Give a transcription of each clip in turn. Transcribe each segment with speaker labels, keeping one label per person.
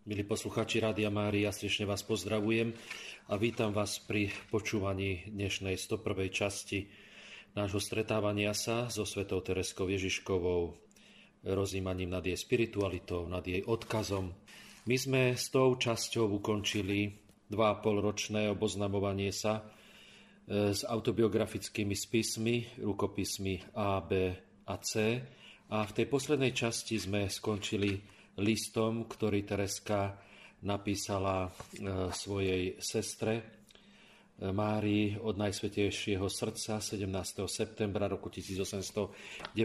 Speaker 1: Milí poslucháči Rádia Mária, srdečne vás pozdravujem a vítam vás pri počúvaní dnešnej 101. časti nášho stretávania sa so svätou Tereskou Ježiškovou, rozímaním nad jej spiritualitou, nad jej odkazom. My sme s tou časťou ukončili 2,5-ročné oboznamovanie sa s autobiografickými spismi, rukopismi A, B a C a v tej poslednej časti sme skončili listom, ktorý Tereska napísala svojej sestre Márii od Najsvätejšieho srdca 17. septembra roku 1896.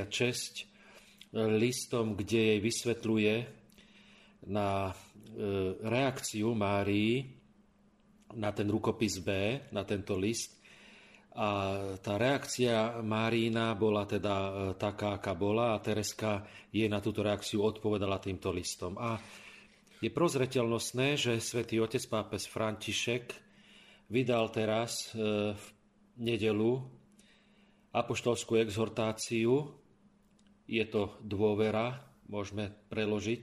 Speaker 1: Listom, kde jej vysvetľuje na reakciu Márii na ten rukopis B, na tento list. A tá reakcia Márína bola teda taká, aká bola a Tereska jej na túto reakciu odpovedala týmto listom. A je prozreteľnostné, že svätý otec pápež František vydal teraz v nedeľu apoštolskú exhortáciu. Je to dôvera, môžeme preložiť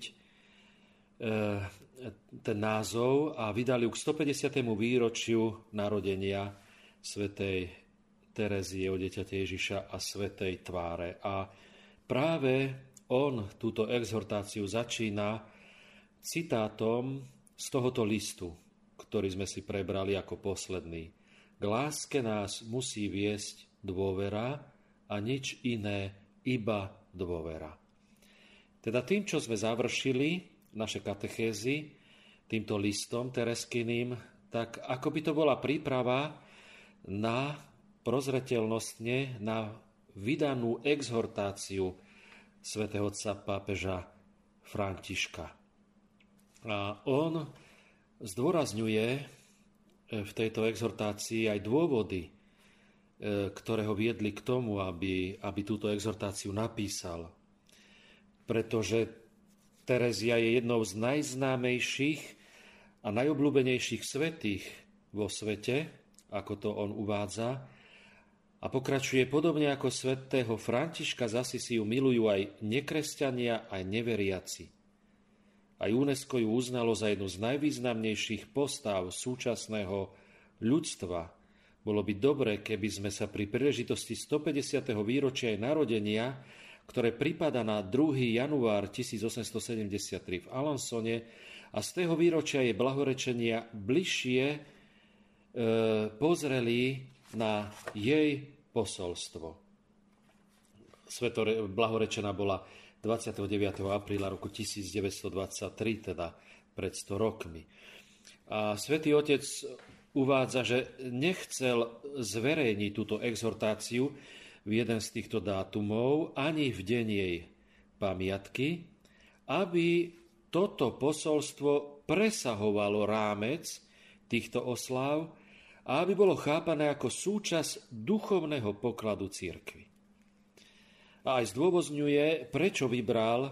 Speaker 1: ten názov, a vydali ju k 150. výročiu narodenia svätej Terezie od dieťaťa Ježiša a svätej tváre. A práve on túto exhortáciu začína citátom z tohoto listu, ktorý sme si prebrali ako posledný. K láske nás musí viesť dôvera a nič iné, iba dôvera. Teda tým, čo sme završili naše katechézy, týmto listom Tereskyným, tak ako by to bola príprava na prozreteľnostne na vydanú exhortáciu svätého otca pápeža Františka. A on zdôrazňuje v tejto exhortácii aj dôvody, ktoré ho viedli k tomu, aby túto exhortáciu napísal. Pretože Terezia je jednou z najznámejších a najobľúbenejších svätých vo svete, ako to on uvádza, a pokračuje: podobne ako svätého Františka z Asisi ju milujú aj nekresťania, aj neveriaci. Aj UNESCO ju uznalo za jednu z najvýznamnejších postáv súčasného ľudstva. Bolo by dobre, keby sme sa pri príležitosti 150. výročia jej narodenia, ktoré pripada na 2. január 1873 v Alençone, a z tého výročia jej blahorečenia bližšie pozreli na jej posolstvo. Blahorečená bola 29. apríla roku 1923, teda pred 100 rokmi. A svätý otec uvádza, že nechcel zverejniť túto exhortáciu v jeden z týchto dátumov, ani v deň jej pamiatky, aby toto posolstvo presahovalo rámec týchto osláv a aby bolo chápané ako súčasť duchovného pokladu cirkvi. A aj zdôvodňuje, prečo vybral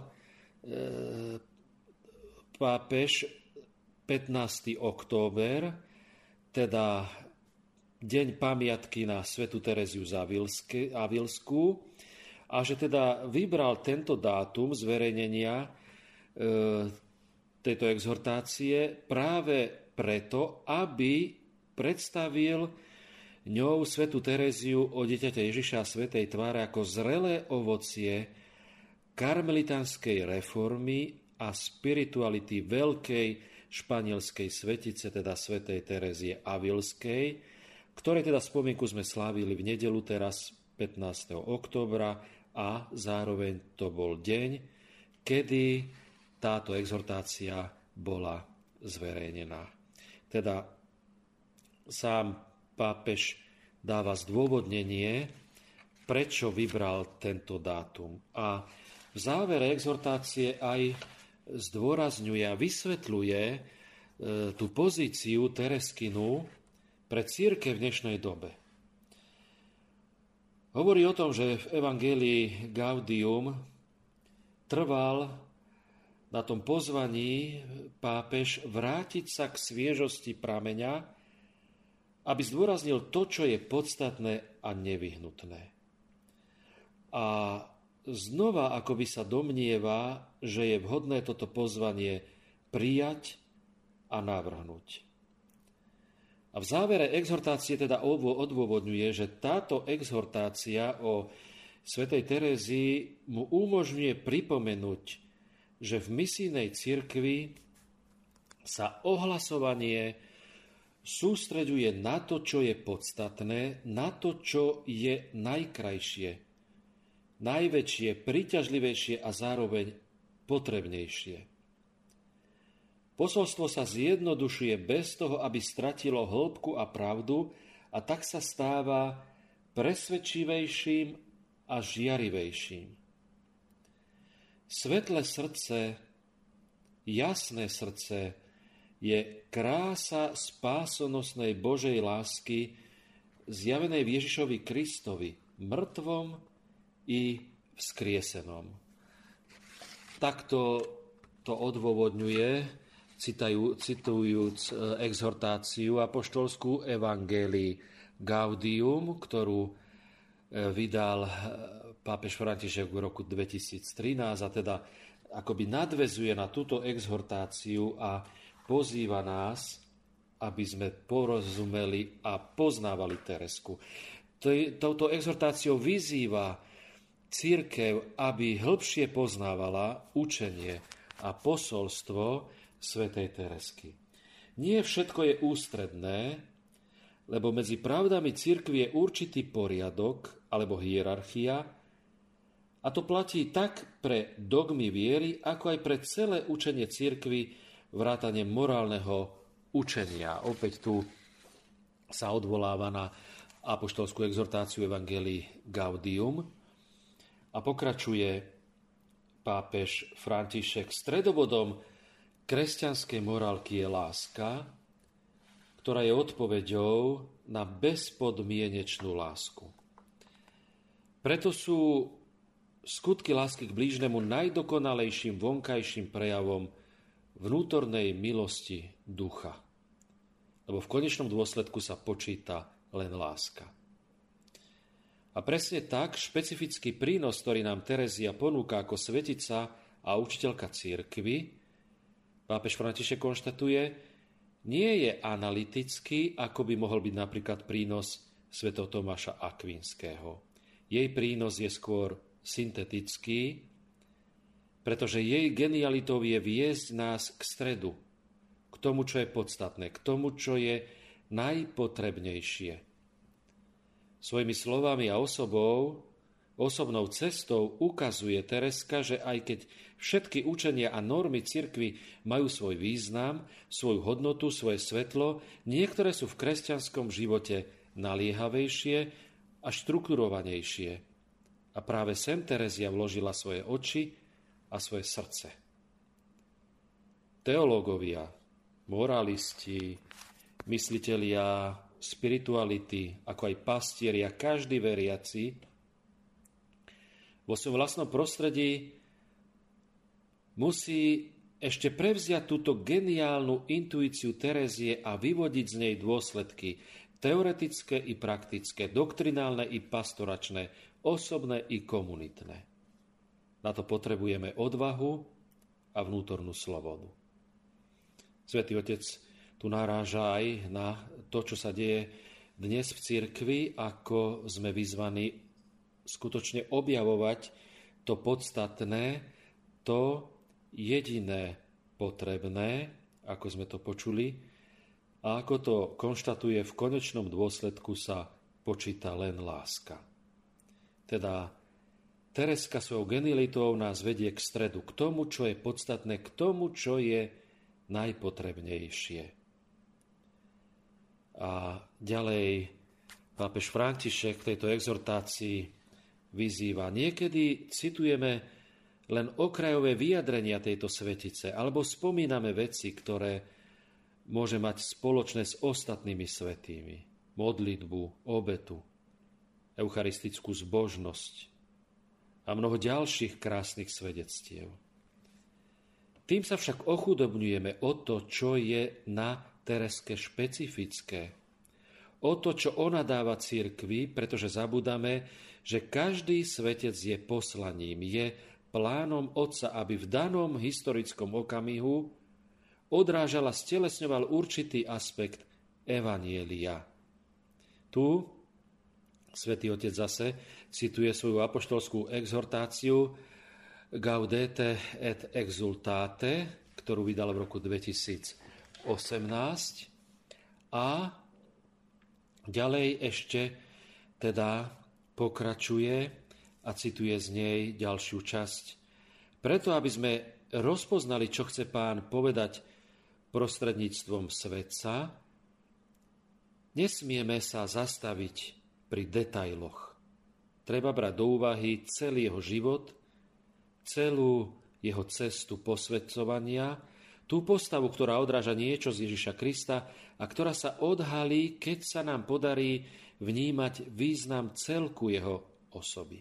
Speaker 1: pápež 15. október, teda deň pamiatky na svätú Tereziu Avilskú, a že teda vybral tento dátum zverejnenia tejto exhortácie práve preto, aby predstavil ňou svätú Tereziu od dieťaťa Ježiša a svätej tváre ako zrelé ovocie karmelitánskej reformy a spirituality veľkej španielskej svetice, teda svätej Terezie Avilskej, ktorej teda spomienku sme slávili v nedeľu teraz 15. októbra, a zároveň to bol deň, kedy táto exhortácia bola zverejnená. Teda sám pápež dáva zdôvodnenie, prečo vybral tento dátum. A v závere exhortácie aj zdôrazňuje a vysvetľuje tú pozíciu Tereskynu pre cirkev v dnešnej dobe. Hovorí o tom, že v Evangelii Gaudium trval na tom pozvaní pápež vrátiť sa k sviežosti prameňa, aby zdôraznil to, čo je podstatné a nevyhnutné. A znova akoby sa domnieva, že je vhodné toto pozvanie prijať a navrhnúť. A v závere exhortácie teda odôvodňuje, že táto exhortácia o svätej Terézii mu umožňuje pripomenúť, že v misijnej cirkvi sa ohlasovanie sústreďuje na to, čo je podstatné, na to, čo je najkrajšie, najväčšie, príťažlivejšie a zároveň potrebnejšie. Posolstvo sa zjednodušuje bez toho, aby stratilo hĺbku a pravdu, a tak sa stáva presvedčivejším a žiarivejším. Svetlé srdce, jasné srdce je krása spásonosnej Božej lásky zjavenej v Ježišovi Kristovi, mŕtvom i vzkriesenom. Takto to odôvodňuje, citujúc exhortáciu apoštolskú Evangelii Gaudium, ktorú vydal pápež František v roku 2013, a teda akoby nadväzuje na túto exhortáciu a pozýva nás, aby sme porozumeli a poznávali Teresku. Touto exhortáciou vyzýva cirkev, aby hĺbšie poznávala učenie a posolstvo svätej Teresky. Nie všetko je ústredné, lebo medzi pravdami cirkvi je určitý poriadok alebo hierarchia, a to platí tak pre dogmy viery, ako aj pre celé učenie cirkvi vrátane morálneho učenia. Opäť tu sa odvoláva na apoštolskú exhortáciu Evangelii Gaudium a pokračuje pápež František: stredobodom kresťanskej morálky je láska, ktorá je odpoveďou na bezpodmienečnú lásku. Preto sú skutky lásky k blížnemu najdokonalejším vonkajším prejavom vnútornej milosti ducha. Lebo v konečnom dôsledku sa počíta len láska. A presne tak špecifický prínos, ktorý nám Terezia ponúka ako svetica a učiteľka cirkvi, pápež František konštatuje, nie je analytický, ako by mohol byť napríklad prínos svätého Tomáša Akvinského. Jej prínos je skôr syntetický, pretože jej genialitou je viesť nás k stredu, k tomu, čo je podstatné, k tomu, čo je najpotrebnejšie. Svojimi slovami a osobnou cestou ukazuje Tereska, že aj keď všetky učenia a normy cirkvi majú svoj význam, svoju hodnotu, svoje svetlo, niektoré sú v kresťanskom živote naliehavejšie a štrukturovanejšie. A práve sem Terezia vložila svoje oči a svoje srdce. Teológovia, moralisti, myslitelia spirituality, ako aj pastieria, každý veriaci vo svojom vlastnom prostredí musí ešte prevziať túto geniálnu intuíciu Terezie a vyvodiť z nej dôsledky teoretické i praktické, doktrinálne i pastoračné, osobné i komunitné. Na to potrebujeme odvahu a vnútornú slobodu. Svätý Otec tu naráža aj na to, čo sa deje dnes v cirkvi, ako sme vyzvaní skutočne objavovať to podstatné, to jediné potrebné, ako sme to počuli, a ako to konštatuje v konečnom dôsledku sa počíta len láska. Teda Tereska svojou genialitou nás vedie k stredu, k tomu, čo je podstatné, k tomu, čo je najpotrebnejšie. A ďalej pápež František v tejto exhortácii vyzýva: niekedy citujeme len okrajové vyjadrenia tejto svetice alebo spomíname veci, ktoré môže mať spoločné s ostatnými svätými. Modlitbu, obetu, eucharistickú zbožnosť a mnoho ďalších krásnych svedectiev. Tým sa však ochudobňujeme o to, čo je na Tereske špecifické, o to, čo ona dáva cirkvi, pretože zabudáme, že každý svetec je poslaním, je plánom Otca, aby v danom historickom okamihu odrážal a stelesňoval určitý aspekt evanjelia. Tu Svätý Otec zase cituje svoju apoštolskú exhortáciu Gaudete et exultate, ktorú vydal v roku 2018 a ďalej ešte teda pokračuje a cituje z nej ďalšiu časť. Preto, aby sme rozpoznali, čo chce Pán povedať prostredníctvom svetca, nesmieme sa zastaviť pri detailoch. Treba brať do úvahy celý jeho život, celú jeho cestu posväcovania, tú postavu, ktorá odráža niečo z Ježiša Krista a ktorá sa odhalí, keď sa nám podarí vnímať význam celku jeho osoby.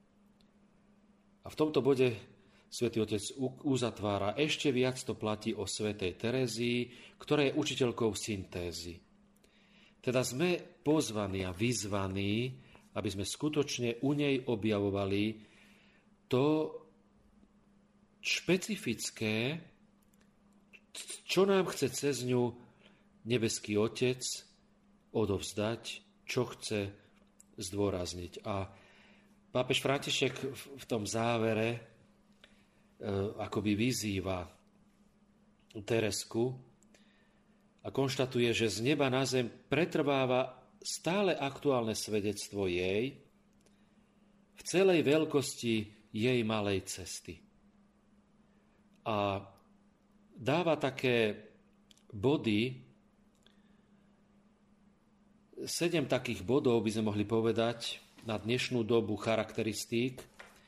Speaker 1: A v tomto bode Svätý Otec uzatvára, ešte viac to platí o svätej Terézii, ktorá je učiteľkou syntézy. Teda sme pozvaní a vyzvaní, aby sme skutočne u nej objavovali to špecifické, čo nám chce cez ňu nebeský Otec odovzdať, čo chce zdôrazniť. A pápež František v tom závere akoby vyzýva Teresku a konštatuje, že z neba na zem pretrváva stále aktuálne svedectvo jej v celej veľkosti jej malej cesty. A dáva také body, 7 takých bodov by sme mohli povedať na dnešnú dobu charakteristík,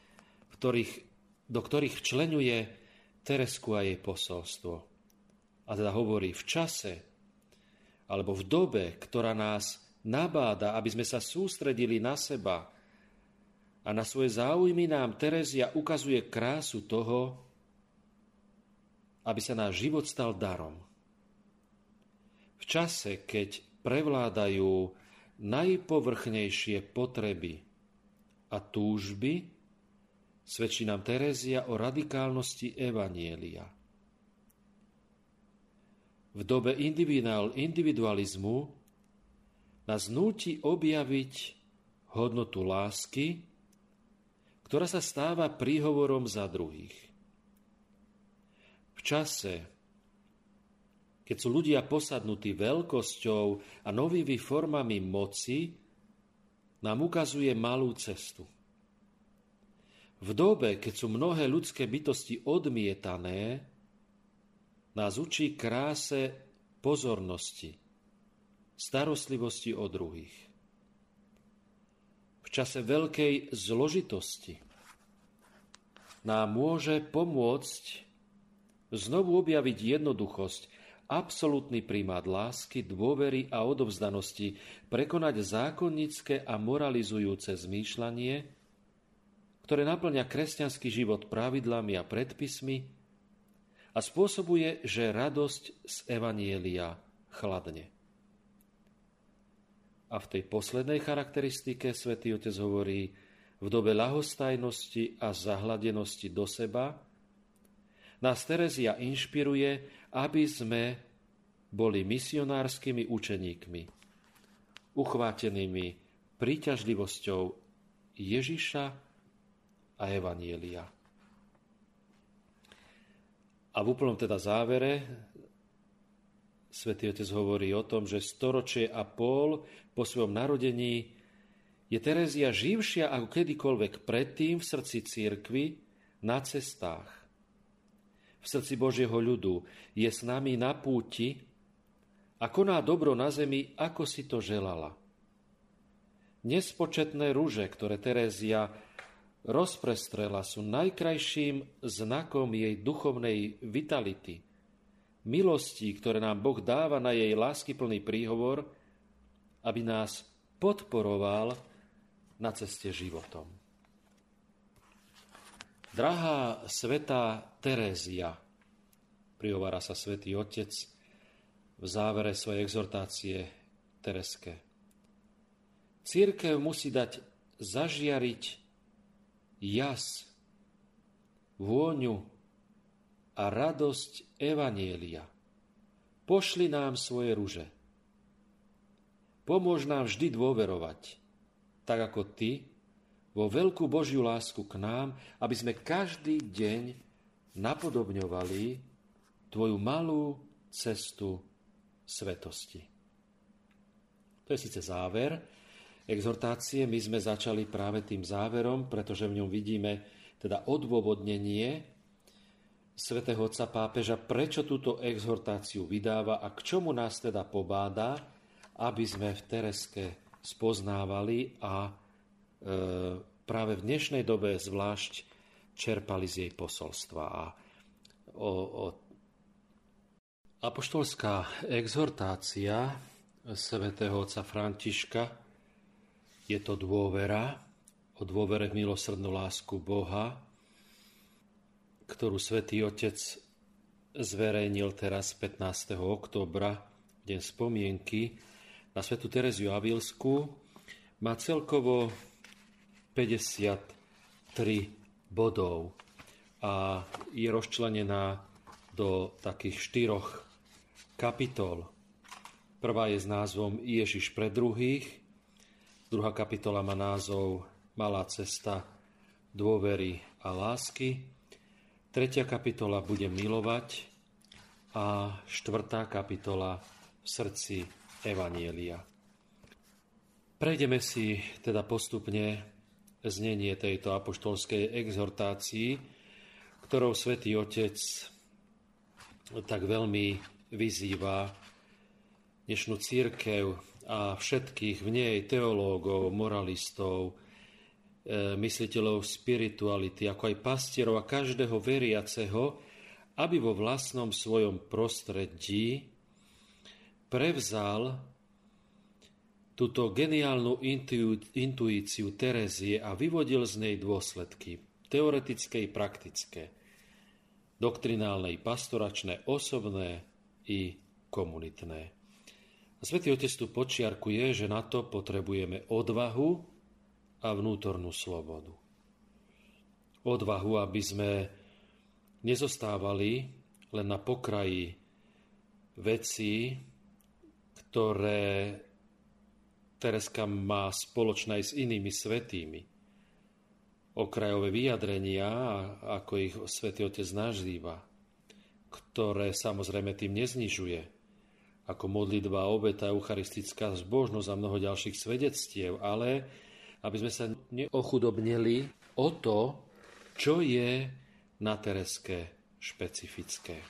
Speaker 1: do ktorých včleňuje Teresku a jej posolstvo. A teda hovorí, v čase alebo v dobe, ktorá nás nabáda, aby sme sa sústredili na seba a na svoje záujmy, nám Terezia ukazuje krásu toho, aby sa náš život stal darom. V čase, keď prevládajú najpovrchnejšie potreby a túžby, svedčí nám Terézia o radikálnosti evanjelia. V dobe individualizmu nás núti objaviť hodnotu lásky, ktorá sa stáva príhovorom za druhých. V čase, keď sú ľudia posadnutí veľkosťou a novými formami moci, nám ukazuje malú cestu. V dobe, keď sú mnohé ľudské bytosti odmietané, nás učí kráse pozornosti, starostlivosti o druhých. V čase veľkej zložitosti nám môže pomôcť znovu objaviť jednoduchosť, absolútny primát lásky, dôvery a odovzdanosti, prekonať zákonnícke a moralizujúce zmýšľanie, ktoré naplňa kresťanský život pravidlami a predpismi a spôsobuje, že radosť z evanjelia chladne. A v tej poslednej charakteristike Svätý Otec hovorí, v dobe ľahostajnosti a zahladenosti do seba nás Terezia inšpiruje, aby sme boli misionárskymi učeníkmi, uchvátenými príťažlivosťou Ježiša a evanjelia. A v úplnom teda závere Svätý Otec hovorí o tom, že storočie a pol po svojom narodení je Terézia živšia ako kedykoľvek predtým v srdci cirkvi, na cestách. V srdci Božieho ľudu je s nami na púti a koná dobro na zemi, ako si to želala. Nespočetné ruže, ktoré Terézia rozprestrela, sú najkrajším znakom jej duchovnej vitality, milostí, ktoré nám Boh dáva na jej láskyplný príhovor, aby nás podporoval na ceste životom. Drahá svätá Terézia, prihovára sa Svätý Otec v závere svojej exhortácie Tereske. Cirkev musí dať zažiariť jas, vôňu a radosť evanjelia. Pošli nám svoje ruže. Pomôž nám vždy dôverovať, tak ako Ty, vo veľkú Božiu lásku k nám, aby sme každý deň napodobňovali Tvoju malú cestu svetosti. To je síce záver exhortácie, my sme začali práve tým záverom, pretože v ňom vidíme teda odôvodnenie svätého otca pápeža, prečo túto exhortáciu vydáva a k čomu nás teda pobáda, aby sme v Tereske spoznávali a práve v dnešnej dobe zvlášť čerpali z jej posolstva. A apoštolská exhortácia svätého otca Františka je to dôvera, o dôvere v milosrdnú lásku Boha, ktorú svätý Otec zverejnil teraz 15. októbra, deň spomienky na svätú Tereziu Avilskú, má celkovo 53 bodov a je rozčlenená do takých 4 kapitol. Prvá je s názvom Ježiš pre druhých, druhá kapitola má názov Malá cesta dôvery a lásky, tretia kapitola Budem milovať a štvrtá kapitola V srdci Evanjelia. Prejdeme si teda postupne znenie tejto apoštolskej exhortácii, ktorou svätý Otec tak veľmi vyzýva dnešnú cirkev a všetkých v nej teológov, moralistov, mysliteľov spirituality, ako aj pastierov a každého veriaceho, aby vo vlastnom svojom prostredí prevzal túto geniálnu intuíciu Terezie a vyvodil z nej dôsledky teoretické i praktické, doktrinálne i pastoračné, osobné i komunitné. A svätý Otec tu podčiarkuje, že na to potrebujeme odvahu a vnútornú slobodu. Odvahu, aby sme nezostávali len na pokraji vecí, ktoré Tereska má spoločné aj s inými svätými. Okrajové vyjadrenia, ako ich svätý Otec nazýva, ktoré samozrejme tým neznižuje, ako modlitba, obeta, eucharistická zbožnosť a mnoho ďalších svedectiev, ale aby sme sa neochudobnili o to, čo je na Tereske špecifické.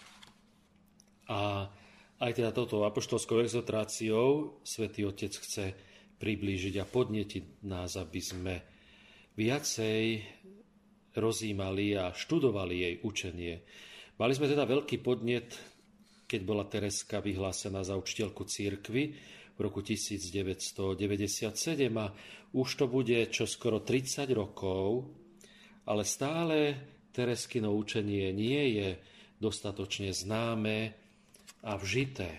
Speaker 1: A aj teda touto apoštolskou exhortáciou svätý Otec chce priblížiť a podnietiť nás, aby sme viacej rozímali a študovali jej učenie. Mali sme teda veľký podnet, keď bola Tereska vyhlásená za učiteľku cirkvi v roku 1997 a už to bude čoskoro 30 rokov, ale stále Tereskino učenie nie je dostatočne známe a vžité.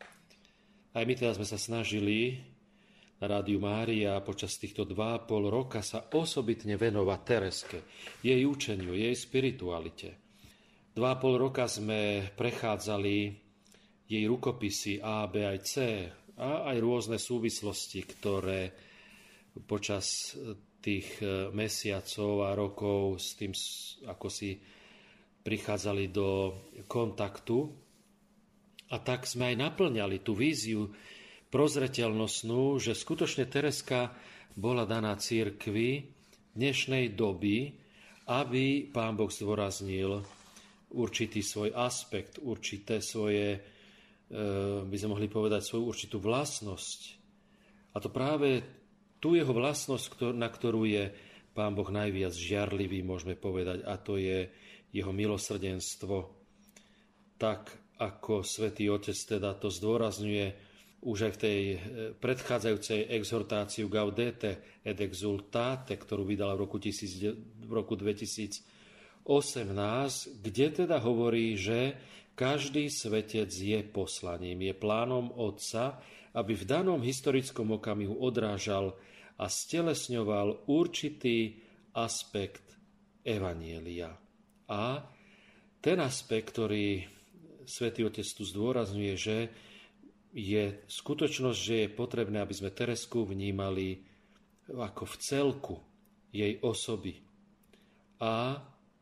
Speaker 1: Aj my teda sme sa snažili na Rádiu Mária počas týchto 2,5 roka sa osobitne venovať Tereske, jej učeniu, jej spiritualite. 2,5 roka sme prechádzali jej rukopisy A, B aj C a aj rôzne súvislosti, ktoré počas tých mesiacov a rokov s tým, ako si prichádzali do kontaktu. A tak sme aj naplňali tú víziu prozreteľnostnú, že skutočne Tereska bola daná cirkvi dnešnej doby, aby Pán Boh zdôraznil určitý svoj aspekt, určité svoje, by sme mohli povedať, svoju určitú vlastnosť. A to práve tú jeho vlastnosť, na ktorú je Pán Boh najviac žiarlivý, môžeme povedať, a to je jeho milosrdenstvo. Tak ako svätý Otec teda to zdôrazňuje už aj v tej predchádzajúcej exhortáciu Gaudete et Exultate, ktorú vydala v roku 2018, kde teda hovorí, že každý svetec je poslaním, je plánom Otca, aby v danom historickom okamihu odrážal a stelesňoval určitý aspekt Evanjelia. A ten aspekt, ktorý Svätý Otec tu zdôrazňuje, že je skutočnosť, že je potrebné, aby sme Teresku vnímali ako v celku jej osoby. A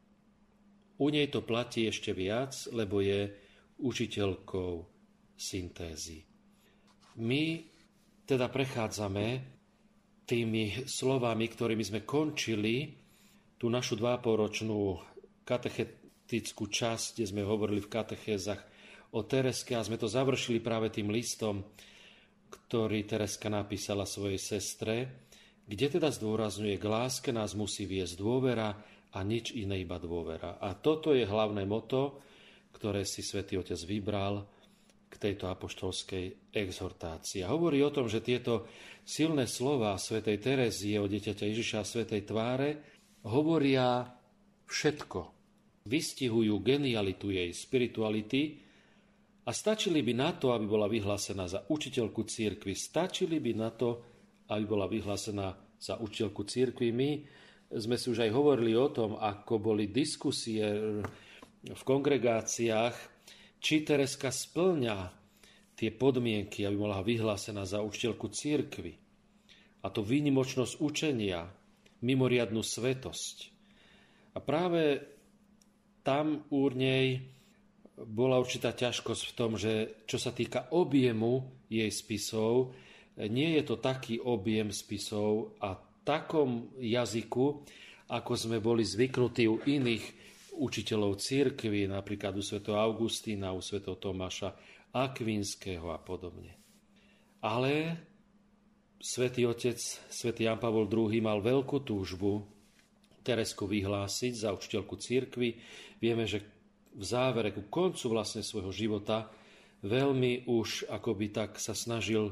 Speaker 1: u nej to platí ešte viac, lebo je učiteľkou syntézy. My teda prechádzame tými slovami, ktorými sme končili tú našu 2,5-ročnú katechetickú časť, kde sme hovorili v katechézach o Tereske a sme to završili práve tým listom, ktorý Tereska napísala svojej sestre, kde teda zdôrazňuje, k láske nás musí viesť dôvera a nič iné, iba dôvera. A toto je hlavné moto, ktoré si Svätý Otec vybral k tejto apoštolskej exhortácii. A hovorí o tom, že tieto silné slová svätej Terezie o dieťaťa Ježiša a svätej tváre hovoria všetko. Vystihujú genialitu jej spirituality a stačili by na to, aby bola vyhlásená za učiteľku cirkvi. Stačili by na to, aby bola vyhlásená za učiteľku cirkvi. My sme si už aj hovorili o tom, ako boli diskusie v kongregáciách, či Tereska spĺňa tie podmienky, aby bola vyhlásená za učiteľku cirkvi. A to výnimočnosť učenia, mimoriadnu svetosť. A práve tam u nej bola určitá ťažkosť v tom, že čo sa týka objemu jej spisov, nie je to taký objem spisov a takom jazyku, ako sme boli zvyknutí u iných učiteľov cirkvi, napríklad u svätého Augustína, u svätého Tomáša Akvinského a podobne. Ale Svätý Otec, svätý Ján Pavol II mal veľkú túžbu Teresku vyhlásiť za učiteľku cirkvi. Vieme, že v závere, ku koncu vlastne svojho života, veľmi už akoby tak sa snažil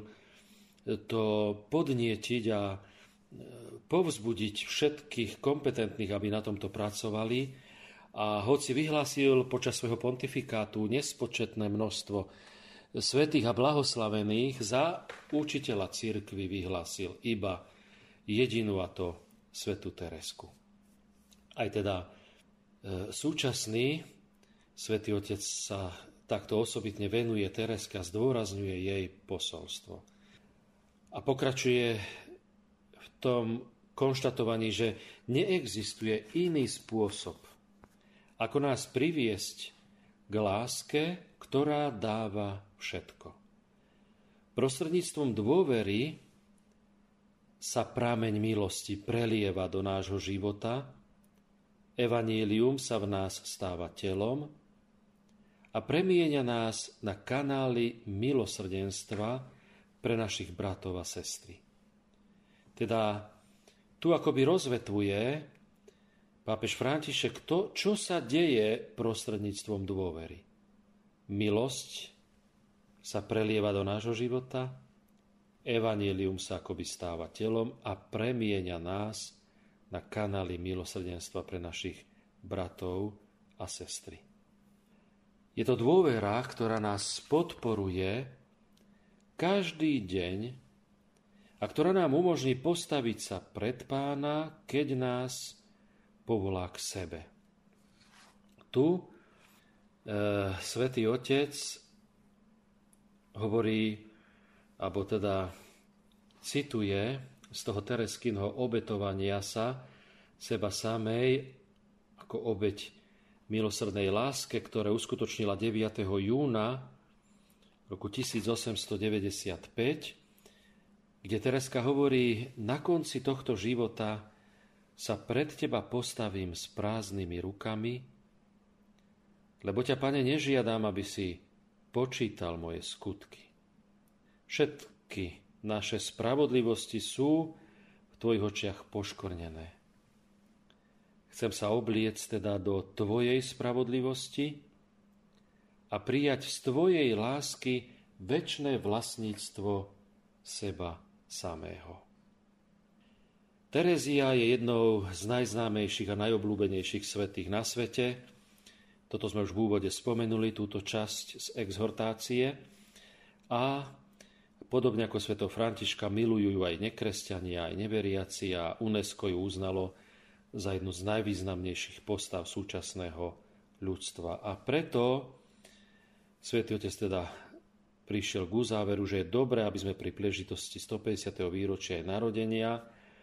Speaker 1: to podnietiť a povzbudiť všetkých kompetentných, aby na tomto pracovali. A hoci vyhlásil počas svojho pontifikátu nespočetné množstvo svätých a blahoslavených, za učiteľa cirkvi vyhlásil iba jedinú, a to svätú Teresku. Aj teda súčasný Svätý Otec sa takto osobitne venuje Tereske a zdôrazňuje jej posolstvo. A pokračuje v tom konštatovaní, že neexistuje iný spôsob, ako nás priviesť k láske, ktorá dáva všetko. Prostredníctvom dôvery sa prameň milosti prelieva do nášho života, evanjelium sa v nás stáva telom a premieňa nás na kanály milosrdenstva pre našich bratov a sestry. Teda tu akoby rozvetvuje pápež František to, čo sa deje prostredníctvom dôvery. Milosť sa prelieva do nášho života, evanjelium sa akoby stáva telom a premieňa nás na kanály milosrdenstva pre našich bratov a sestry. Je to dôvera, ktorá nás podporuje každý deň a ktorá nám umožní postaviť sa pred Pána, keď nás povolá k sebe. Tu Svätý Otec hovorí, alebo teda cituje z toho Tereskynho obetovania sa seba samej ako obeť milosrdnej láske, ktoré uskutočnila 9. júna roku 1895, kde Tereska hovorí: na konci tohto života sa pred teba postavím s prázdnymi rukami, lebo ťa, Pane, nežiadam, aby si počítal moje skutky. Všetky naše spravodlivosti sú v tvojich očiach poškvrnené. Chcem sa obliecť teda do tvojej spravodlivosti a prijať z tvojej lásky večné vlastníctvo seba samého. Terezia je jednou z najznámejších a najobľúbenejších svätých na svete. Toto sme už v úvode spomenuli, túto časť z exhortácie. A podobne ako svätého Františka milujú aj nekresťania, aj neveriaci, a UNESCO ju uznalo za jednu z najvýznamnejších postav súčasného ľudstva. A preto Svätý Otec teda prišiel k záveru, že je dobré, aby sme pri príležitosti 150. výročia jej narodenia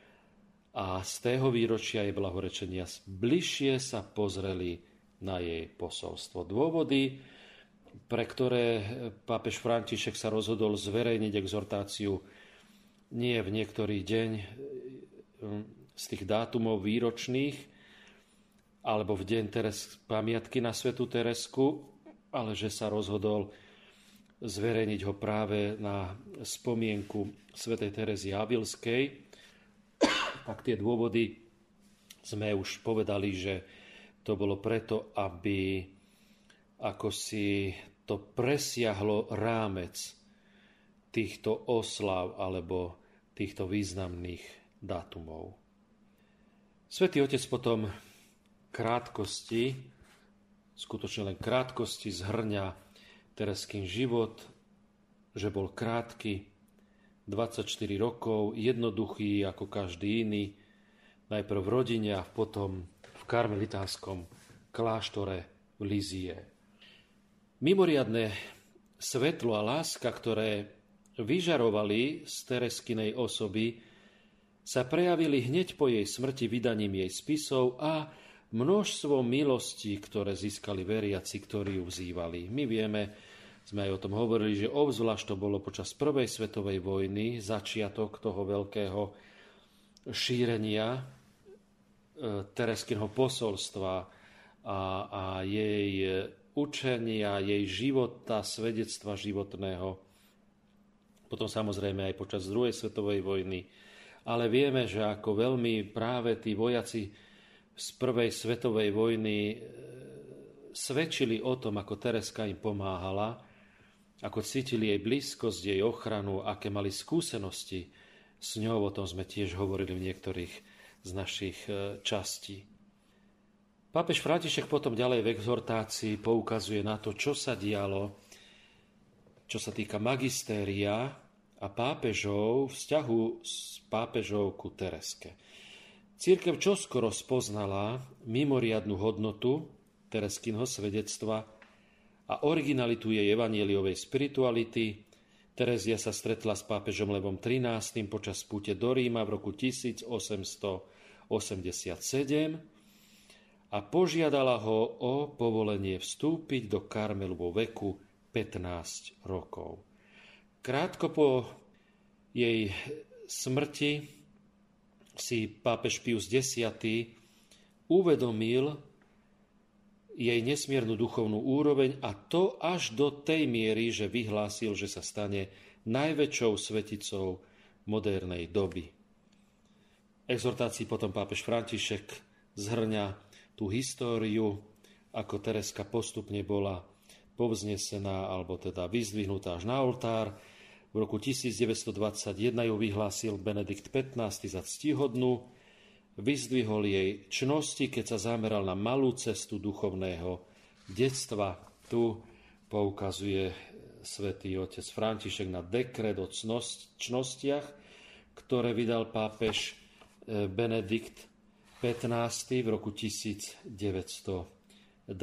Speaker 1: a z tého výročia jej blahorečenia bližšie sa pozreli na jej posolstvo. Dôvody, pre ktoré pápež František sa rozhodol zverejniť exhortáciu nie v niektorý deň z tých dátumov výročných, alebo v deň pamiatky na svätú Teresku, ale že sa rozhodol zverejniť ho práve na spomienku svätej Terezy Avilskej. Tak tie dôvody sme už povedali, že to bolo preto, aby ako si to presiahlo rámec týchto oslav alebo týchto významných dátumov. Svätý Otec potom krátkosti, skutočne len krátkosti zhrňa Tereskyn život, že bol krátky, 24 rokov, jednoduchý ako každý iný, najprv v rodine a potom v karmelitánskom kláštore v Lizie. Mimoriadne svetlo a láska, ktoré vyžarovali z Tereskynej osoby, sa prejavili hneď po jej smrti vydaním jej spisov a množstvo milostí, ktoré získali veriaci, ktorí ju vzývali. My vieme, sme aj o tom hovorili, že obzvlášť to bolo počas prvej svetovej vojny, začiatok toho veľkého šírenia Tereskynho posolstva a jej učenia, jej života, svedectva životného. Potom samozrejme aj počas druhej svetovej vojny. Ale vieme, že ako veľmi práve tí vojaci z prvej svetovej vojny svedčili o tom, ako Tereska im pomáhala, ako cítili jej blízkosť, jej ochranu, aké mali skúsenosti s ňou, o tom sme tiež hovorili v niektorých z našich častí. Pápež František potom ďalej v exhortácii poukazuje na to, čo sa dialo, čo sa týka magistéria a pápežov, vzťahu s pápežou ku Tereske. Cirkev čoskoro spoznala mimoriadnu hodnotu Tereskynho svedectva a originalitu jej evanjeliovej spirituality. Terezia sa stretla s pápežom Levom XIII. Počas púte do Ríma v roku 1887 a požiadala ho o povolenie vstúpiť do Karmelu vo veku 15 rokov. Krátko po jej smrti si pápež Pius X uvedomil jej nesmiernu duchovnú úroveň a to až do tej miery, že vyhlásil, že sa stane najväčšou sveticou modernej doby. V exhortácii potom pápež František zhrňa tú históriu, ako Tereska postupne bola povznesená, alebo teda vyzdvihnutá až na oltár. V roku 1921 ju vyhlásil Benedikt XV za ctihodnú, vyzdvihol jej čnosti, keď sa zameral na malú cestu duchovného detstva. Tu poukazuje svätý otec František na dekret o čnostiach, ktoré vydal pápež Benedikt XV v roku 1921.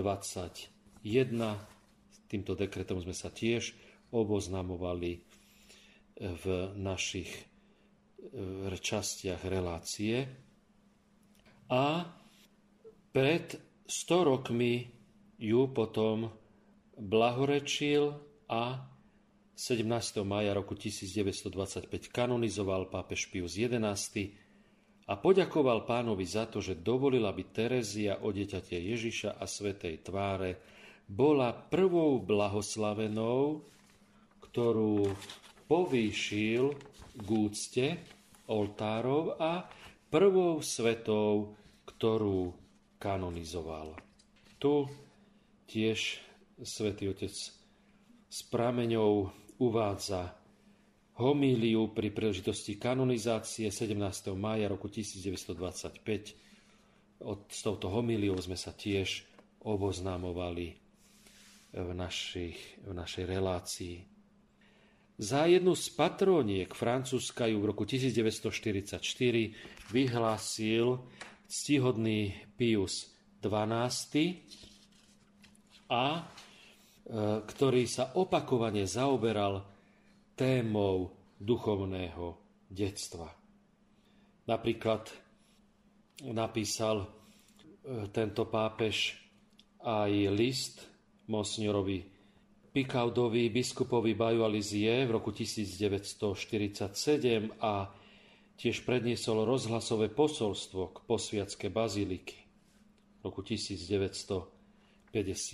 Speaker 1: Týmto dekretom sme sa tiež oboznamovali v našich častiach relácie. A pred 100 rokmi ju potom blahorečil a 17. mája roku 1925 kanonizoval pápež Pius XI a poďakoval pánovi za to, že dovolil, aby Terezia o dieťate Ježiša a svätej tváre bola prvou blahoslavenou, ktorú povýšil k úcte oltárov a prvou svetou, ktorú kanonizoval. Tu tiež svätý otec s prameňou uvádza homíliu pri príležitosti kanonizácie 17. mája roku 1925. S touto homíliou sme sa tiež oboznamovali v našej relácii. Za jednu z patróniek Francúzska ju v roku 1944 vyhlásil ctihodný Pius XII a ktorý sa opakovane zaoberal témou duchovného detstva. Napríklad napísal tento pápež aj list monsignorovi Picaudovi, biskupovi Baju a Lizie v roku 1947 a tiež predniesol rozhlasové posolstvo k posviacke baziliky v roku 1954.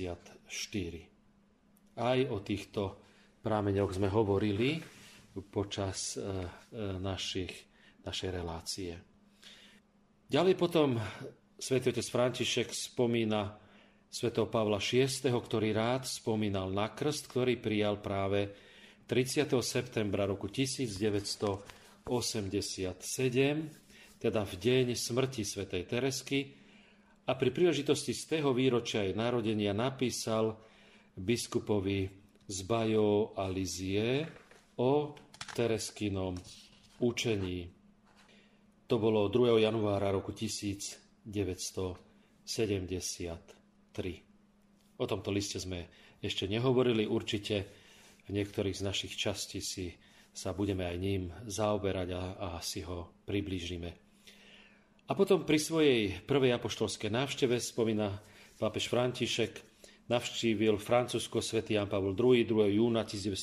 Speaker 1: Aj o týchto prámeňoch sme hovorili počas našej relácie. Ďalej potom svätý otec František spomína svätého Pavla VI., ktorý rád spomínal na krst, ktorý prijal práve 30. septembra roku 1987, teda v deň smrti svätej Teresky, a pri príležitosti z tého výročia jej narodenia napísal biskupovi z Bayeux a Lizie o Tereskinom učení. To bolo 2. januára roku 1973. O tomto liste sme ešte nehovorili, určite v niektorých z našich častí sa budeme aj ním zaoberať a si ho priblížime. A potom pri svojej prvej apoštolskej návšteve, spomína pápež František, navštívil Francúzsko svätý Ján Pavol II 2. júna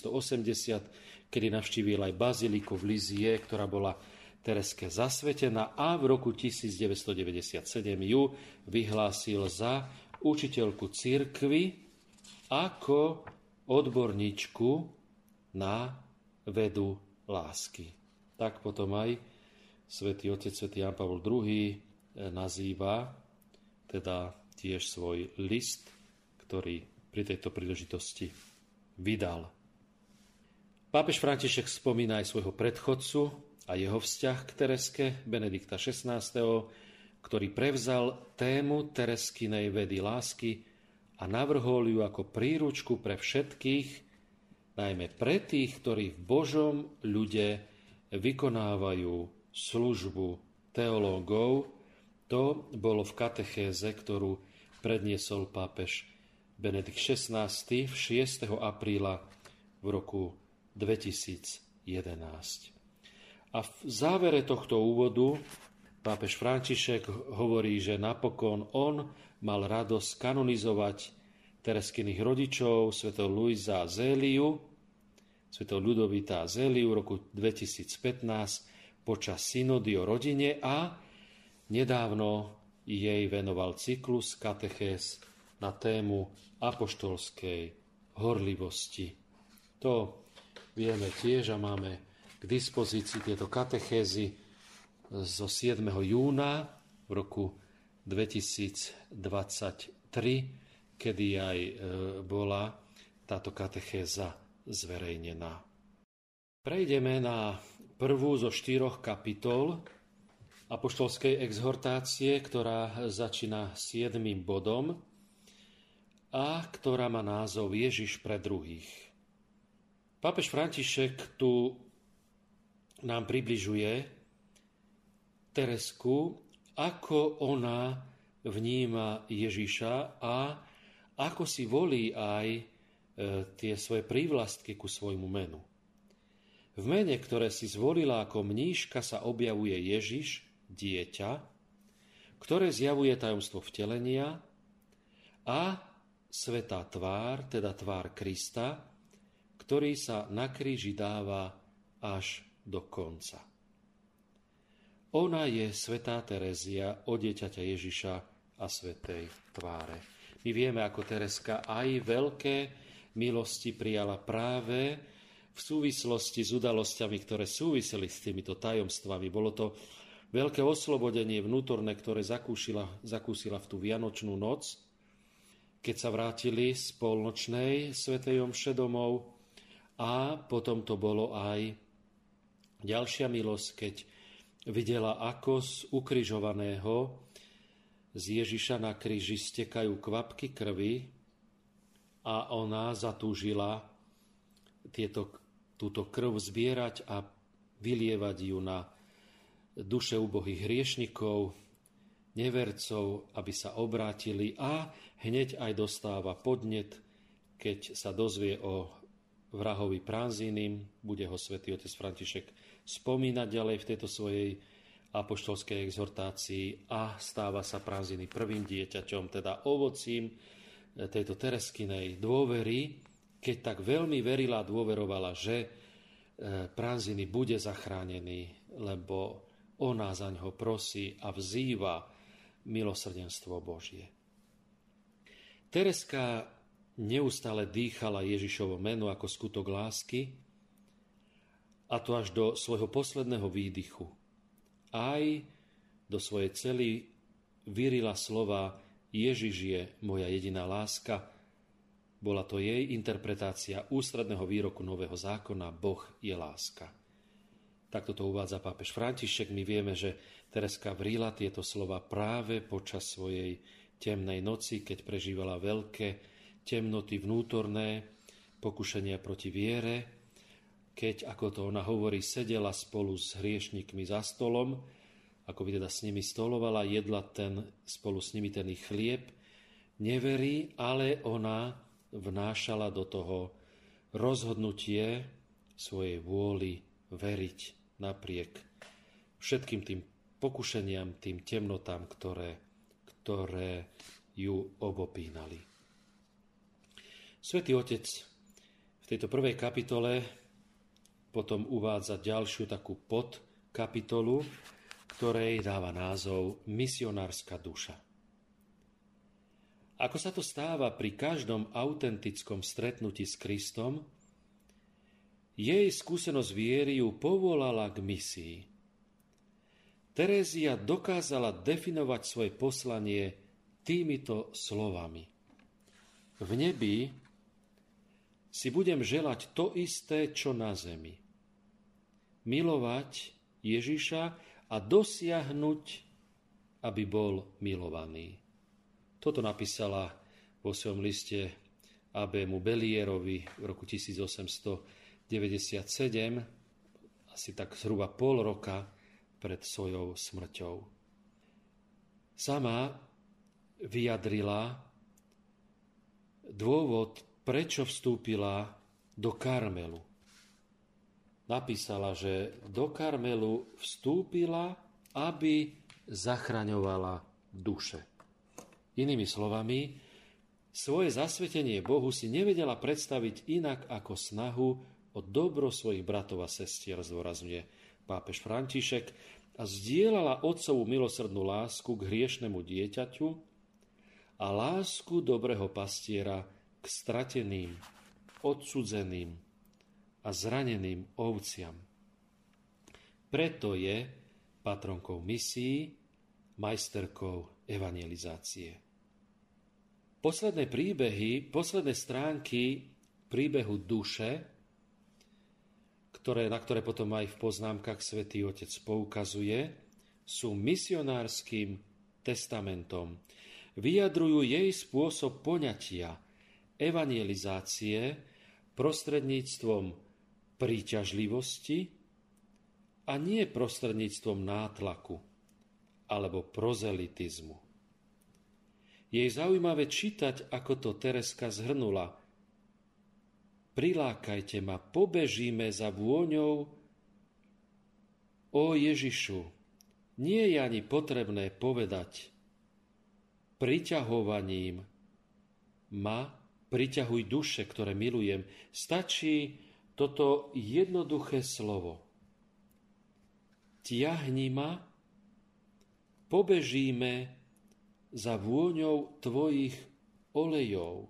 Speaker 1: 1980, kedy navštívil aj baziliku v Lizie, ktorá bola Tereske zasvetená, a v roku 1997 ju vyhlásil za učiteľku cirkvi ako odborníčku na vedu lásky. Tak potom aj svätý otec svätý Ján Pavol II nazýva teda tiež svoj list, ktorý pri tejto príležitosti vydal. Pápež František spomína aj svojho predchodcu a jeho vzťah k Tereske, Benedikta XVI., ktorý prevzal tému Tereskinej vedy lásky a navrhol ju ako príručku pre všetkých, najmä pre tých, ktorí v Božom ľude vykonávajú službu teológov. To bolo v katechéze, ktorú predniesol pápež Benedikt XVI 6. apríla v roku 2011. A v závere tohto úvodu pápež František hovorí, že napokon on mal radosť kanonizovať Tereskiných rodičov, svätého Luisa Zéliu, svätého Ľudovita Zéliu v roku 2015 počas synody o rodine, a nedávno jej venoval cyklus katechéz na tému apoštolskej horlivosti. To vieme tiež a máme k dispozícii tieto katechézy zo 7. júna v roku 2023, kedy aj bola táto katechéza zverejnená. Prejdeme na prvú zo 4 kapitol apoštolskej exhortácie, ktorá začína 7. bodom a ktorá má názov Ježiš pre druhých. Pápež František tu nám približuje Teresku, ako ona vníma Ježiša a ako si volí aj tie svoje prívlastky ku svojmu menu. V mene, ktoré si zvolila ako mníška, sa objavuje Ježiš, dieťa, ktoré zjavuje tajomstvo vtelenia, a svätá tvár, teda tvár Krista, ktorý sa na kríži dáva až do konca. Ona je svätá Terézia od dieťaťa Ježiša a svätej tváre. My vieme, ako Tereska aj veľké milosti prijala práve v súvislosti s udalosťami, ktoré súviseli s týmito tajomstvami. Bolo to veľké oslobodenie vnútorné, ktoré zakúsila v tú vianočnú noc, keď sa vrátili z polnočnej svätej omše domov, a potom to bolo aj ďalšia milosť, keď videla, ako z ukrižovaného z Ježiša na kríži stekajú kvapky krvi, a ona zatúžila túto krv zbierať a vylievať ju na duše ubohých hriešnikov, nevercov, aby sa obrátili, a hneď aj dostáva podnet keď sa dozvie o vrahovi Pranzínim, bude ho svätý otec František spomínať ďalej v tejto svojej apoštolskej exhortácii a stáva sa Pranzíny prvým dieťaťom, teda ovocím tejto Tereskinej dôvery, keď tak veľmi verila a dôverovala, že Pranzíny bude zachránený, lebo ona za ňo prosí a vzýva milosrdenstvo Božie. Tereska neustále dýchala Ježišovo meno ako skutok lásky, a to až do svojho posledného výdychu. Aj do svojej cely vyrila slova Ježiš je moja jediná láska. Bola to jej interpretácia ústredného výroku Nového zákona Boh je láska. Takto to uvádza pápež František. My vieme, že Tereska vrila tieto slova práve počas svojej temnej noci, keď prežívala veľké temnoty vnútorné, pokušenia proti viere, keď, ako to ona hovorí, sedela spolu s hriešnikmi za stolom, ako by teda s nimi stolovala, jedla spolu s nimi ten ich chlieb, neverí, ale ona vnášala do toho rozhodnutie svojej vôli veriť napriek všetkým tým pokušeniam, tým temnotám, ktoré ju obopínali. Svätý Otec v tejto prvej kapitole potom uvádza ďalšiu takú podkapitolu, ktorej dáva názov Misionárska duša. Ako sa to stáva pri každom autentickom stretnutí s Kristom, jej skúsenosť viery ju povolala k misii. Terézia dokázala definovať svoje poslanie týmito slovami. V nebi si budem želať to isté, čo na zemi. Milovať Ježiša a dosiahnuť, aby bol milovaný. Toto napísala vo svojom liste Abému Belierovi v roku 1897, asi tak zhruba pol roka pred svojou smrťou. Sama vyjadrila dôvod, prečo vstúpila do Karmelu. Napísala, že do Karmelu vstúpila, aby zachraňovala duše. Inými slovami, svoje zasvetenie Bohu si nevedela predstaviť inak ako snahu o dobro svojich bratov a sestier, zdôrazňuje pápež František, a zdieľala otcovú milosrdnú lásku k hriešnemu dieťaťu a lásku dobrého pastiera k strateným, odsudzeným a zraneným ovciam. Preto je patronkou misií, majsterkou evangelizácie. Posledné stránky príbehu duše, na ktoré potom aj v poznámkach Svätý Otec poukazuje, sú misionárskym testamentom. Vyjadrujú jej spôsob poňatia evangelizácie prostredníctvom príťažlivosti a nie prostredníctvom nátlaku alebo prozelitizmu. Je zaujímavé čítať, ako to Tereska zhrnula. Prilákajte ma, pobežíme za vôňou. O Ježišu, nie je ani potrebné povedať priťahovaním ma, priťahuj duše, ktoré milujem. Stačí toto jednoduché slovo. Tiahni ma, pobežíme za vôňou tvojich olejov.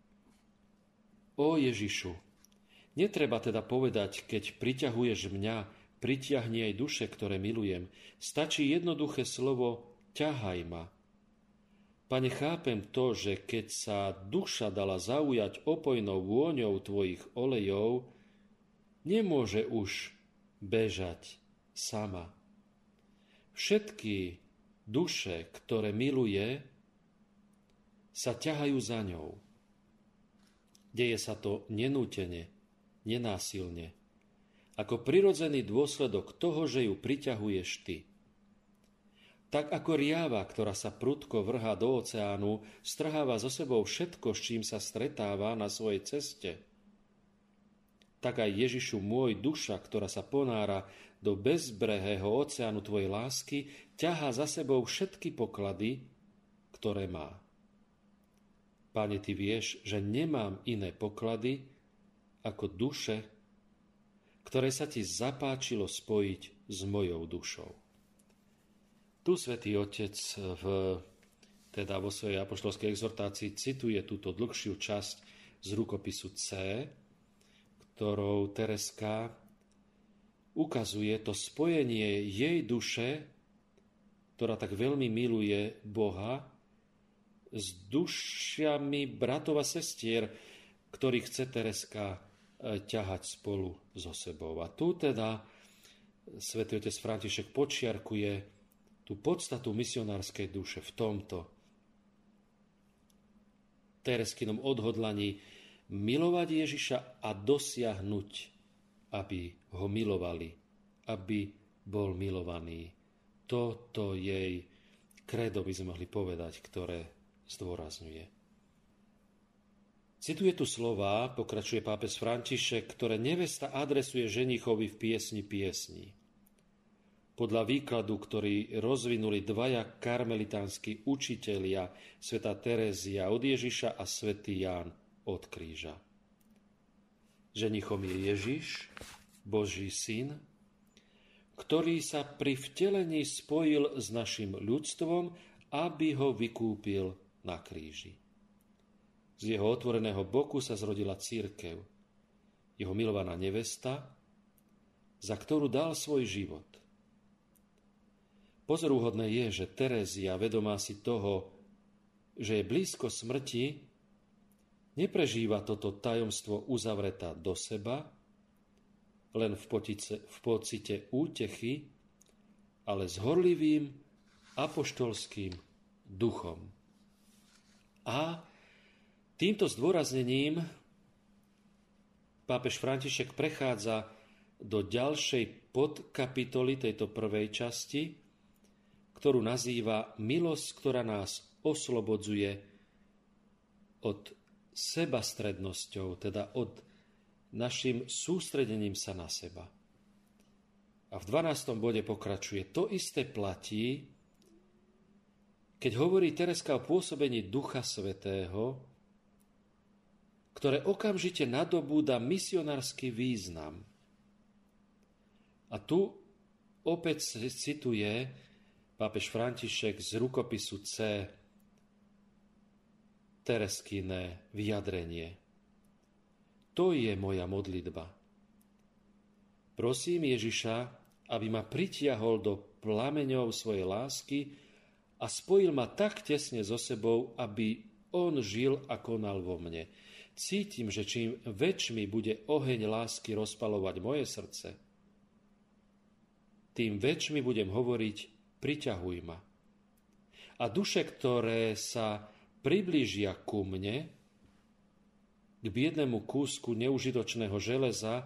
Speaker 1: O Ježišu, netreba teda povedať, keď priťahuješ mňa, pritiahni aj duše, ktoré milujem. Stačí jednoduché slovo ťahaj ma. Pane, chápem to, že keď sa duša dala zaujať opojnou vôňou tvojich olejov, nemôže už bežať sama. Všetky duše, ktoré miluje, sa ťahajú za ňou. Deje sa to nenútene, nenásilne, ako prirodzený dôsledok toho, že ju priťahuješ ty. Tak ako riava, ktorá sa prudko vrhá do oceánu, strháva so sebou všetko, s čím sa stretáva na svojej ceste, tak aj Ježišu môj duša, ktorá sa ponára do bezbrehého oceánu tvojej lásky, ťahá za sebou všetky poklady, ktoré má. Pane, ty vieš, že nemám iné poklady ako duše, ktoré sa ti zapáčilo spojiť s mojou dušou. Tu Svätý Otec vo svojej apoštolskej exhortácii cituje túto dlhšiu časť z rukopisu C, ktorou Tereska ukazuje to spojenie jej duše, ktorá tak veľmi miluje Boha, s dušiami bratov a sestier, ktorých chce Tereska ťahať spolu so sebou. A tu teda Svätý Otec František podčiarkuje tú podstatu misionárskej duše v tomto Tereskinom odhodlaní milovať Ježiša a dosiahnuť, aby ho milovali, aby bol milovaný. Toto jej kredo, by sme mohli povedať, ktoré zdôrazňuje. Cituje tu slová, pokračuje pápež František, ktoré nevesta adresuje ženichovi v piesni piesní. Podľa výkladu, ktorý rozvinuli dvaja karmelitánsky učitelia, svätá Terézia od Ježiša a svätý Ján od kríža. Ženichom je Ježiš, Boží syn, ktorý sa pri vtelení spojil s našim ľudstvom, aby ho vykúpil na kríži. Z jeho otvoreného boku sa zrodila cirkev, jeho milovaná nevesta, za ktorú dal svoj život. Pozoruhodné je, že Terézia, vedomá si toho, že je blízko smrti, neprežíva toto tajomstvo uzavretá do seba, len v pocite útechy, ale s horlivým apoštolským duchom. A týmto zdôraznením pápež František prechádza do ďalšej podkapitoly tejto prvej časti, ktorú nazýva milosť, ktorá nás oslobodzuje od sebastrednosťou, teda od našim sústredením sa na seba. A v 12. bode pokračuje. To isté platí, keď hovorí Tereska o pôsobení Ducha Svätého, ktoré okamžite nadobúda misionársky význam. A tu opäť cituje pápež František z rukopisu C Tereskine vyjadrenie. To je moja modlitba. Prosím Ježiša, aby ma pritiahol do plameňov svojej lásky a spojil ma tak tesne so sebou, aby on žil a konal vo mne. Cítim, že čím väčšmi bude oheň lásky rozpalovať moje srdce, tým väčšmi budem hovoriť priťahuj ma. A duše, ktoré sa priblížia ku mne, k biednemu kúsku neužitočného železa,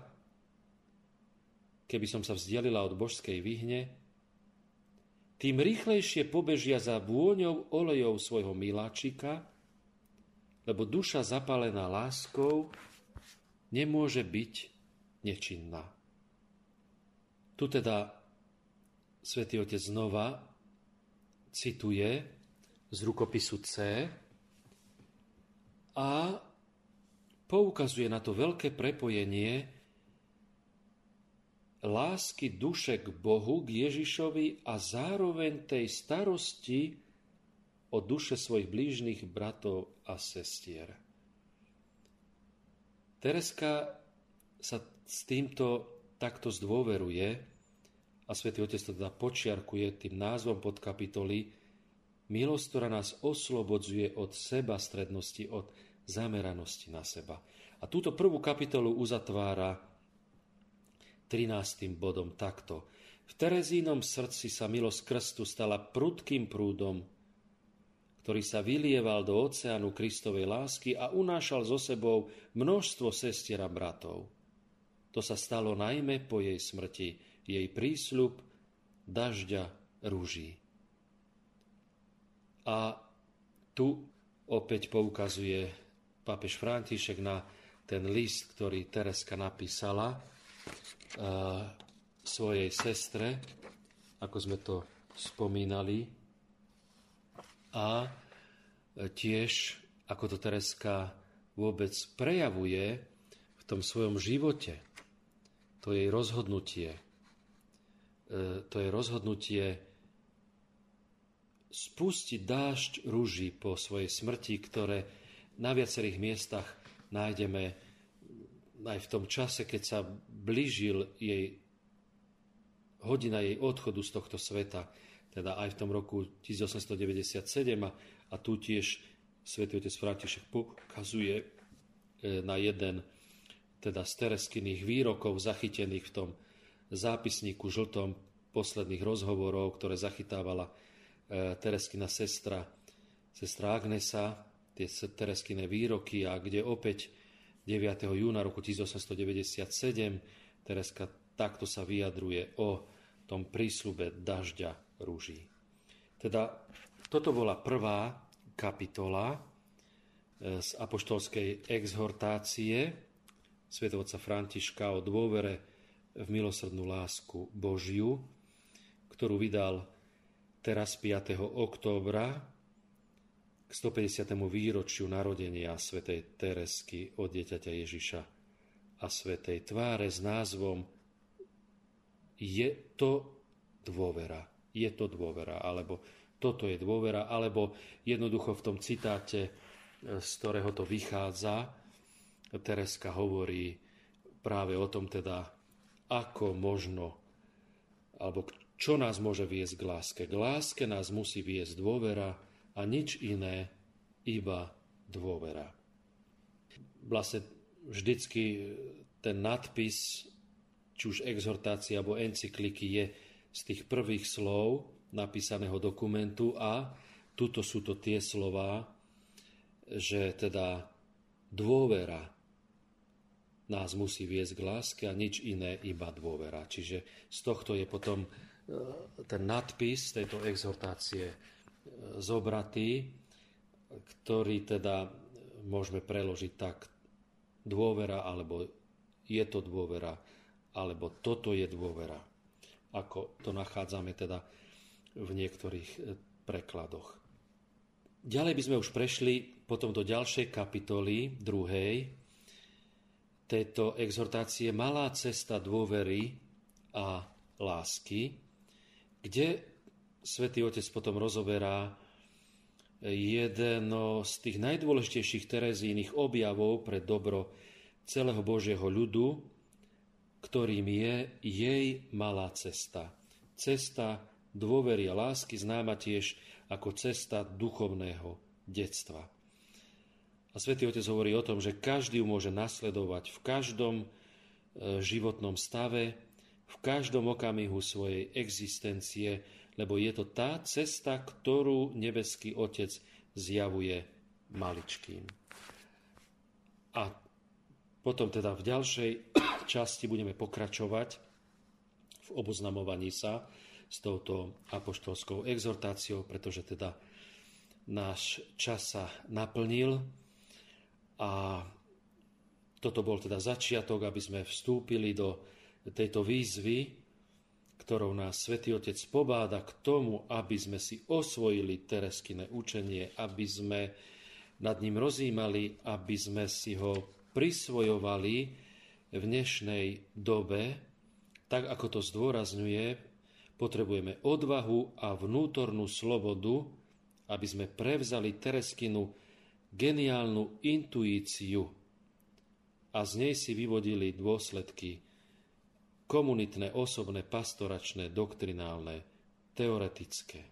Speaker 1: keby som sa vzdialila od božskej vyhne, tým rýchlejšie pobežia za vôňou olejov svojho miláčika, lebo duša zapálená láskou nemôže byť nečinná. Tu teda Svätý Otec znova cituje z rukopisu C a poukazuje na to veľké prepojenie lásky duše k Bohu, k Ježišovi a zároveň tej starosti o duše svojich blížnych bratov a sestier. Tereska sa s týmto takto zdôveruje a Svätý Otec to teda počiarkuje tým názvom podkapitoly milosť, ktorá nás oslobodzuje od sebastrednosti, od zameranosti na seba. A túto prvú kapitolu uzatvára 13. bodom takto. V Terezínom srdci sa milosť krstu stala prudkým prúdom, ktorý sa vylieval do oceánu Kristovej lásky a unášal so sebou množstvo sestier a bratov. To sa stalo najmä po jej smrti, jej prísľub dažďa rúží. A tu opäť poukazuje pápež František na ten list, ktorý Tereska napísala svojej sestre, ako sme to spomínali. A tiež, ako to Tereska vôbec prejavuje v tom svojom živote. To jej rozhodnutie. To je rozhodnutie spustiť dážď rúží po svojej smrti, ktoré na viacerých miestach nájdeme aj v tom čase, keď sa blížil jej hodina jej odchodu z tohto sveta, teda aj v tom roku 1897 a tu tiež svätý otec František pokazuje na jeden teda z Tereskiných výrokov zachytených v tom zápisníku žltom posledných rozhovorov, ktoré zachytávala Tereskina sestra Agnesa, tie Tereskine výroky, a kde opäť 9. júna roku 1897 Tereska takto sa vyjadruje o tom prísľube dažďa rúží. Teda toto bola prvá kapitola z apoštolskej exhortácie svätého otca Františka o dôvere v milosrdnú lásku Božiu, ktorú vydal teraz 5. októbra k 150. výročiu narodenia svätej Teresky od dieťaťa Ježiša a svätej tváre s názvom Je to dôvera. Je to dôvera, alebo toto je dôvera, alebo jednoducho v tom citáte, z ktorého to vychádza, Tereska hovorí práve o tom teda, ako možno, alebo čo nás môže viesť k láske. K láske nás musí viesť dôvera a nič iné, iba dôvera. Vlastne vždycky ten nadpis, či už exhortácia alebo encykliky, je z tých prvých slov napísaného dokumentu a tuto sú to tie slová, že teda dôvera nás musí viesť k láske a nič iné, iba dôvera. Čiže z tohto je potom ten nadpis tejto exhortácie zobratý, ktorý teda môžeme preložiť tak: dôvera, alebo je to dôvera, alebo toto je dôvera. Ako to nachádzame teda v niektorých prekladoch. Ďalej by sme už prešli potom do ďalšej kapitoly, 2. tejto exhortácie, Malá cesta dôvery a lásky, kde svätý otec potom rozoberá jedno z tých najdôležitejších Terezínych objavov pre dobro celého Božieho ľudu, ktorým je jej malá cesta. Cesta dôvery a lásky, známa tiež ako cesta duchovného detstva. A svätý otec hovorí o tom, že každý ju môže nasledovať v každom životnom stave, v každom okamihu svojej existencie, lebo je to tá cesta, ktorú nebeský Otec zjavuje maličkým. A potom teda v ďalšej časti budeme pokračovať v oboznamovaní sa s touto apoštolskou exhortáciou, pretože teda náš čas sa naplnil a toto bol teda začiatok, aby sme vstúpili do tejto výzvy, ktorou nás Svätý Otec pobáda k tomu, aby sme si osvojili Tereskine učenie, aby sme nad ním rozjímali, aby sme si ho prisvojovali v dnešnej dobe. Tak ako to zdôrazňuje, potrebujeme odvahu a vnútornú slobodu, aby sme prevzali Tereskinu geniálnu intuíciu a z nej si vyvodili dôsledky komunitné, osobné, pastoračné, doktrinálne, teoretické.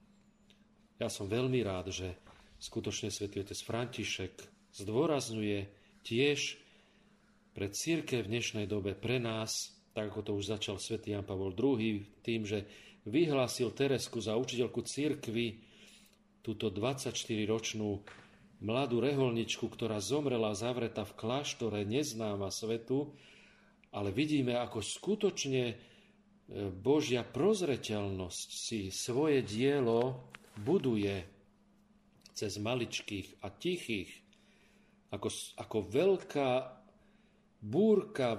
Speaker 1: Ja som veľmi rád, že skutočne svätý otec František zdôrazňuje tiež pre cirkev v dnešnej dobe, pre nás, tak ako to už začal svätý Ján Pavol II, tým, že vyhlásil Teresku za učiteľku cirkvi, túto 24-ročnú mladú reholničku, ktorá zomrela zavretá v kláštore, neznáma svetu, ale vidíme, ako skutočne Božia prozreteľnosť si svoje dielo buduje cez maličkých a tichých, ako veľká búrka,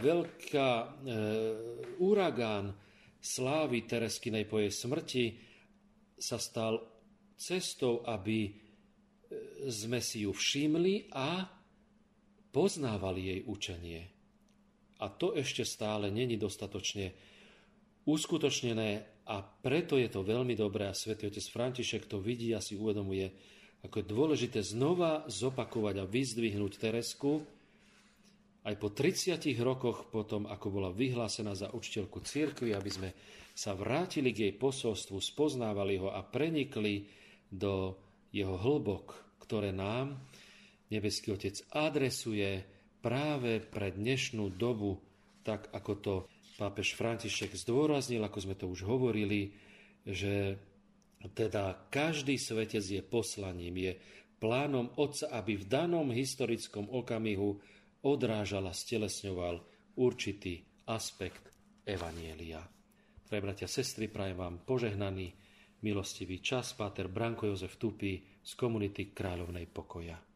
Speaker 1: uragán slávy Tereskinej po jej smrti sa stal cestou, aby sme si ju všimli a poznávali jej učenie. A to ešte stále není dostatočne uskutočnené a preto je to veľmi dobré a svätý otec František to vidí a si uvedomuje, ako je dôležité znova zopakovať a vyzdvihnúť Teresku aj po 30 rokoch potom, ako bola vyhlásená za učiteľku cirkvi, aby sme sa vrátili k jej posolstvu, spoznávali ho a prenikli do jeho hĺbok, ktoré nám nebeský Otec adresuje práve pre dnešnú dobu, tak ako to pápež František zdôraznil, ako sme to už hovorili, že teda každý svetec je poslaním, je plánom Otca, aby v danom historickom okamihu odrážal a stelesňoval určitý aspekt evanjelia. Drahí bratia, sestry, prajem vám požehnaný, milostivý čas. Páter Branko Jozef Tupý z komunity Kráľovnej pokoja.